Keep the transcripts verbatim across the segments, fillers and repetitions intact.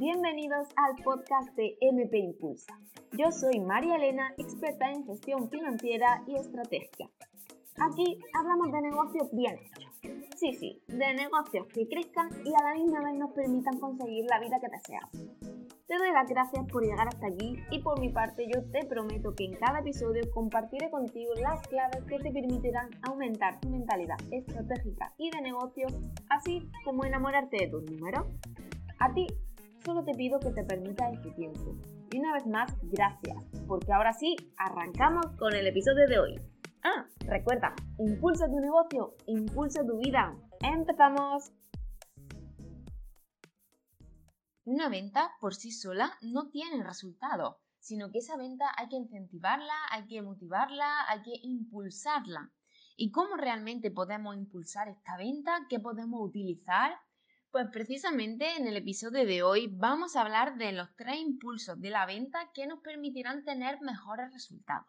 bienvenidos al podcast de M P Impulsa. Yo soy María Elena, experta en gestión financiera y estrategia. Aquí hablamos de negocios bien hechos. Sí, sí, de negocios que crezcan y a la misma vez nos permitan conseguir la vida que deseamos. Te doy las gracias por llegar hasta aquí y por mi parte yo te prometo que en cada episodio compartiré contigo las claves que te permitirán aumentar tu mentalidad estratégica y de negocios, así como enamorarte de tus números. A ti solo te pido que te permitas este tiempo. Y una vez más, gracias, porque ahora sí, arrancamos con el episodio de hoy. Ah, recuerda, impulsa tu negocio, impulsa tu vida. ¡Empezamos! Una venta por sí sola no tiene resultado, sino que esa venta hay que incentivarla, hay que motivarla, hay que impulsarla. ¿Y cómo realmente podemos impulsar esta venta? ¿Qué podemos utilizar? Pues precisamente en el episodio de hoy vamos a hablar de los tres impulsos de la venta que nos permitirán tener mejores resultados.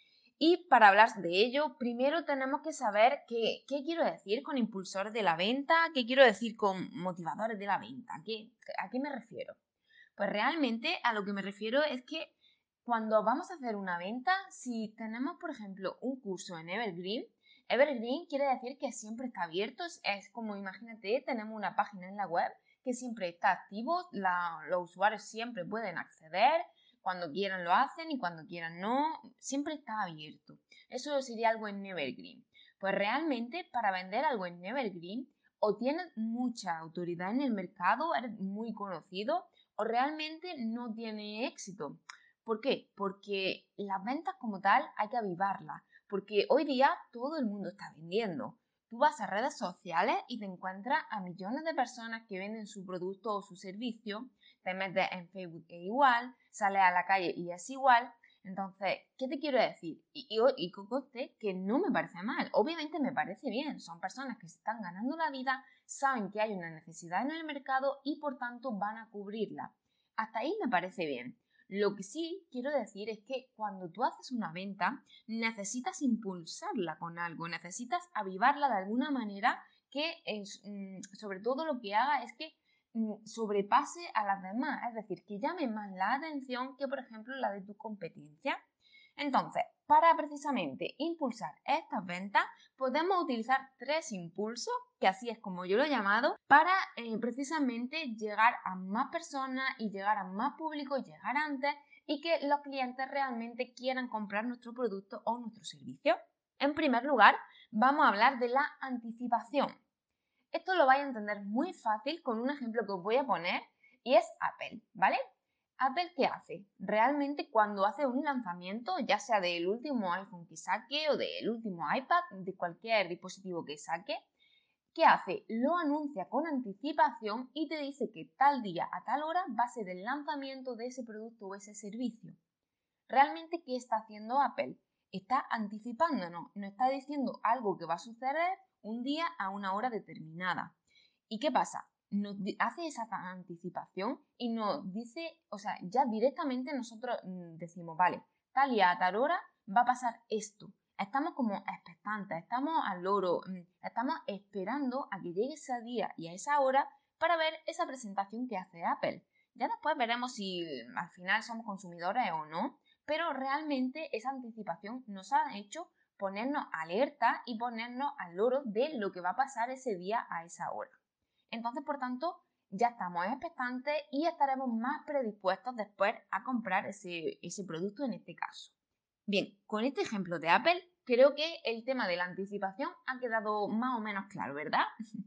Y para hablar de ello, primero tenemos que saber qué, qué quiero decir con impulsores de la venta, qué quiero decir con motivadores de la venta, ¿Qué, ¿a qué me refiero? Pues realmente a lo que me refiero es que cuando vamos a hacer una venta, si tenemos, por ejemplo, un curso en Evergreen, Evergreen quiere decir que siempre está abierto, es, es como, imagínate, tenemos una página en la web que siempre está activo, la, los usuarios siempre pueden acceder, cuando quieran lo hacen y cuando quieran no, siempre está abierto. Eso sería algo en Evergreen. Pues realmente para vender algo en Evergreen o tienes mucha autoridad en el mercado, eres muy conocido o realmente no tiene éxito. ¿Por qué? Porque las ventas como tal hay que avivarlas, porque hoy día todo el mundo está vendiendo. Tú vas a redes sociales y te encuentras a millones de personas que venden su producto o su servicio, te metes en Facebook e igual, sales a la calle y es igual. Entonces, ¿qué te quiero decir? Y, y, y conste que no me parece mal, obviamente me parece bien, son personas que se están ganando la vida, saben que hay una necesidad en el mercado y por tanto van a cubrirla. Hasta ahí me parece bien. Lo que sí quiero decir es que cuando tú haces una venta, necesitas impulsarla con algo, necesitas avivarla de alguna manera que es, sobre todo lo que haga es que sobrepase a las demás, es decir, que llame más la atención que, por ejemplo, la de tu competencia. Entonces, para precisamente impulsar estas ventas, podemos utilizar tres impulsos, que así es como yo lo he llamado, para eh, precisamente llegar a más personas y llegar a más público, llegar antes y que los clientes realmente quieran comprar nuestro producto o nuestro servicio. En primer lugar, vamos a hablar de la anticipación. Esto lo vais a entender muy fácil con un ejemplo que os voy a poner y es Apple, ¿vale? Apple, ¿qué hace? Realmente cuando hace un lanzamiento, ya sea del último iPhone que saque o del último iPad, de cualquier dispositivo que saque, ¿qué hace? Lo anuncia con anticipación y te dice que tal día a tal hora va a ser el lanzamiento de ese producto o ese servicio. ¿Realmente qué está haciendo Apple? Está anticipándonos, nos está diciendo algo que va a suceder un día a una hora determinada. ¿Y qué pasa? Nos hace esa anticipación y nos dice, o sea, ya directamente nosotros decimos, vale, tal y a tal hora va a pasar esto. Estamos como expectantes, estamos al loro, estamos esperando a que llegue ese día y a esa hora para ver esa presentación que hace Apple. Ya después veremos si al final somos consumidores o no, pero realmente esa anticipación nos ha hecho ponernos alerta y ponernos al loro de lo que va a pasar ese día a esa hora. Entonces, por tanto, ya estamos expectantes y estaremos más predispuestos después a comprar ese, ese producto en este caso. Bien, con este ejemplo de Apple, creo que el tema de la anticipación ha quedado más o menos claro, ¿verdad?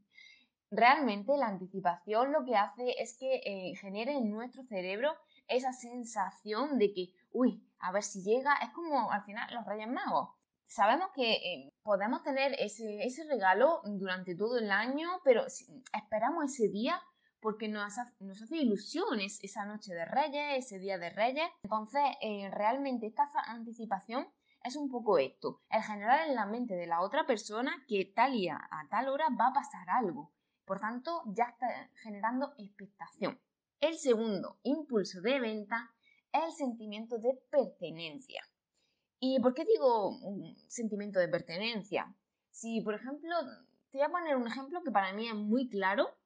Realmente la anticipación lo que hace es que eh, genere en nuestro cerebro esa sensación de que, uy, a ver si llega, es como al final los Reyes Magos. Sabemos que eh, podemos tener ese, ese regalo durante todo el año, pero esperamos ese día porque nos hace, nos hace ilusión esa noche de Reyes, ese día de Reyes. Entonces, eh, realmente esta anticipación es un poco esto, el generar en la mente de la otra persona que tal y a, a tal hora va a pasar algo. Por tanto, ya está generando expectación. El segundo impulso de venta es el sentimiento de pertenencia. ¿Y por qué digo un sentimiento de pertenencia? Si, por ejemplo, te voy a poner un ejemplo que para mí es muy claro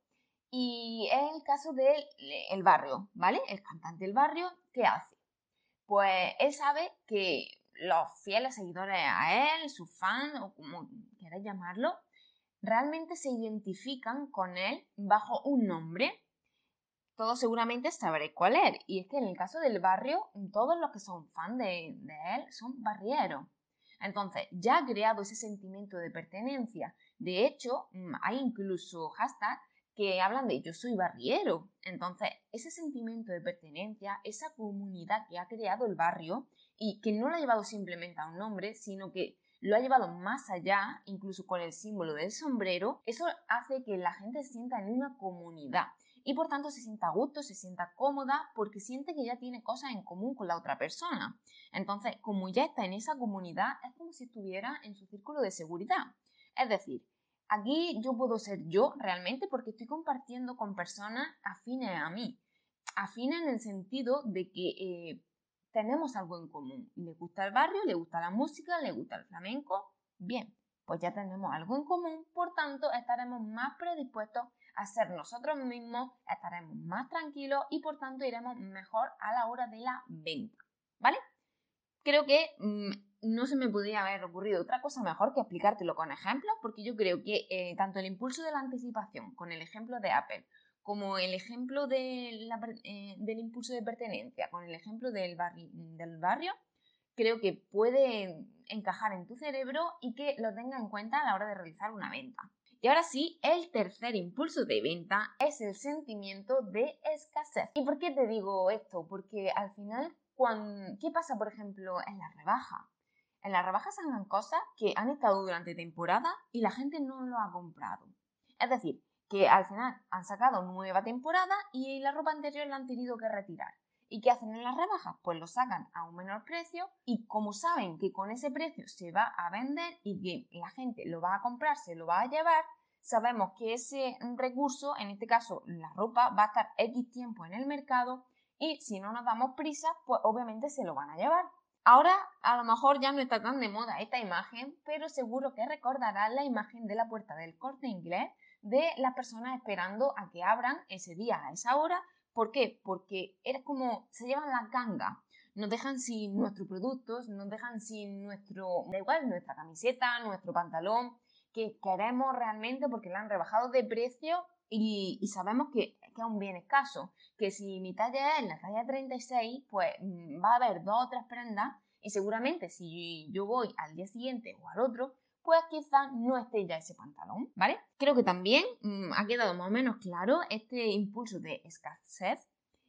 Y es el caso del barrio, ¿vale? El cantante del barrio, ¿qué hace? Pues él sabe que los fieles seguidores a él, sus fans, o como queráis llamarlo, realmente se identifican con él bajo un nombre. Todos seguramente sabréis cuál es. Y es que en el caso del barrio, todos los que son fans de, de él son barrieros. Entonces, ya ha creado ese sentimiento de pertenencia. De hecho, hay incluso hashtags que hablan de yo soy barriero. Entonces, ese sentimiento de pertenencia, esa comunidad que ha creado el barrio y que no lo ha llevado simplemente a un nombre, sino que lo ha llevado más allá, incluso con el símbolo del sombrero, eso hace que la gente se sienta en una comunidad y por tanto se sienta a gusto, se sienta cómoda porque siente que ya tiene cosas en común con la otra persona. Entonces, como ya está en esa comunidad, es como si estuviera en su círculo de seguridad. Es decir, aquí yo puedo ser yo realmente porque estoy compartiendo con personas afines a mí. Afines en el sentido de que eh, tenemos algo en común. Le gusta el barrio, le gusta la música, le gusta el flamenco. Bien, pues ya tenemos algo en común, por tanto estaremos más predispuestos a ser nosotros mismos, estaremos más tranquilos y por tanto iremos mejor a la hora de la venta, ¿vale? Creo que mmm, no se me podría haber ocurrido otra cosa mejor que explicártelo con ejemplos, porque yo creo que eh, tanto el impulso de la anticipación con el ejemplo de Apple, como el ejemplo de la, eh, del impulso de pertenencia con el ejemplo del, barri del barrio, creo que puede encajar en tu cerebro y que lo tenga en cuenta a la hora de realizar una venta. Y ahora sí, el tercer impulso de venta es el sentimiento de escasez. ¿Y por qué te digo esto? Porque al final, cuando, ¿qué pasa, por ejemplo, en la rebaja? En las rebajas sacan cosas que han estado durante temporada y la gente no lo ha comprado. Es decir, que al final han sacado nueva temporada y la ropa anterior la han tenido que retirar. ¿Y qué hacen en las rebajas? Pues lo sacan a un menor precio y como saben que con ese precio se va a vender y que la gente lo va a comprar, se lo va a llevar, sabemos que ese recurso, en este caso la ropa, va a estar X tiempo en el mercado y si no nos damos prisa, pues obviamente se lo van a llevar. Ahora a lo mejor ya no está tan de moda esta imagen, pero seguro que recordarás la imagen de la puerta del Corte Inglés de las personas esperando a que abran ese día a esa hora. ¿Por qué? Porque es como se llevan la ganga, nos dejan sin nuestros productos, nos dejan sin nuestro, da igual, nuestra camiseta, nuestro pantalón, que queremos realmente porque lo han rebajado de precio y, y sabemos que, que es un bien escaso, que si mi talla es la talla treinta y seis, pues va a haber dos o tres prendas y seguramente si yo voy al día siguiente o al otro, pues quizás no esté ya ese pantalón, ¿vale? Creo que también mmm, ha quedado más o menos claro este impulso de escasez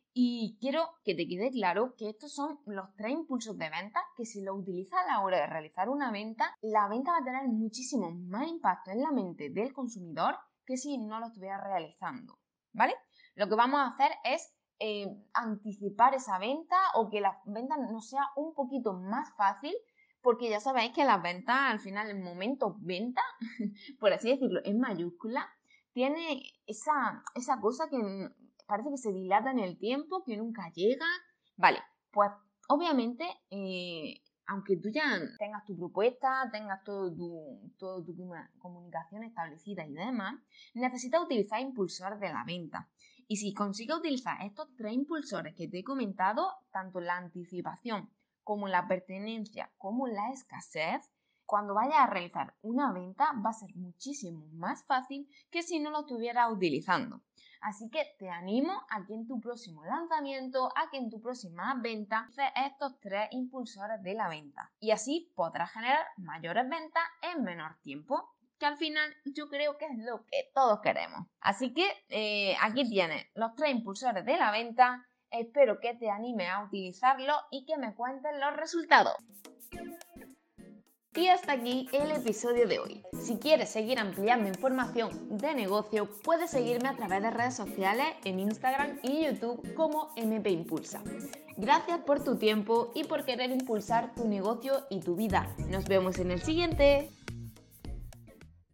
y quiero que te quede claro que estos son los tres impulsos de venta que si lo utilizas a la hora de realizar una venta, la venta va a tener muchísimo más impacto en la mente del consumidor que si no lo estuviera realizando, ¿vale? Lo que vamos a hacer es eh, anticipar esa venta o que la venta nos sea un poquito más fácil. Porque ya sabéis que las ventas, al final, el momento venta, por así decirlo, en mayúscula, tiene esa, esa cosa que parece que se dilata en el tiempo, que nunca llega. Vale, pues obviamente, eh, aunque tú ya tengas tu propuesta, tengas todo tu, todo tu comunicación establecida y demás, necesitas utilizar impulsores de la venta. Y si consigues utilizar estos tres impulsores que te he comentado, tanto la anticipación, como la pertenencia, como la escasez, cuando vayas a realizar una venta va a ser muchísimo más fácil que si no lo estuvieras utilizando. Así que te animo a que en tu próximo lanzamiento, a que en tu próxima venta, uses estos tres impulsores de la venta. Y así podrás generar mayores ventas en menor tiempo, que al final yo creo que es lo que todos queremos. Así que eh, aquí tienes los tres impulsores de la venta. Espero que te anime a utilizarlo y que me cuentes los resultados. Y hasta aquí el episodio de hoy. Si quieres seguir ampliando información de negocio, puedes seguirme a través de redes sociales en Instagram y YouTube como M P Impulsa. Gracias por tu tiempo y por querer impulsar tu negocio y tu vida. Nos vemos en el siguiente.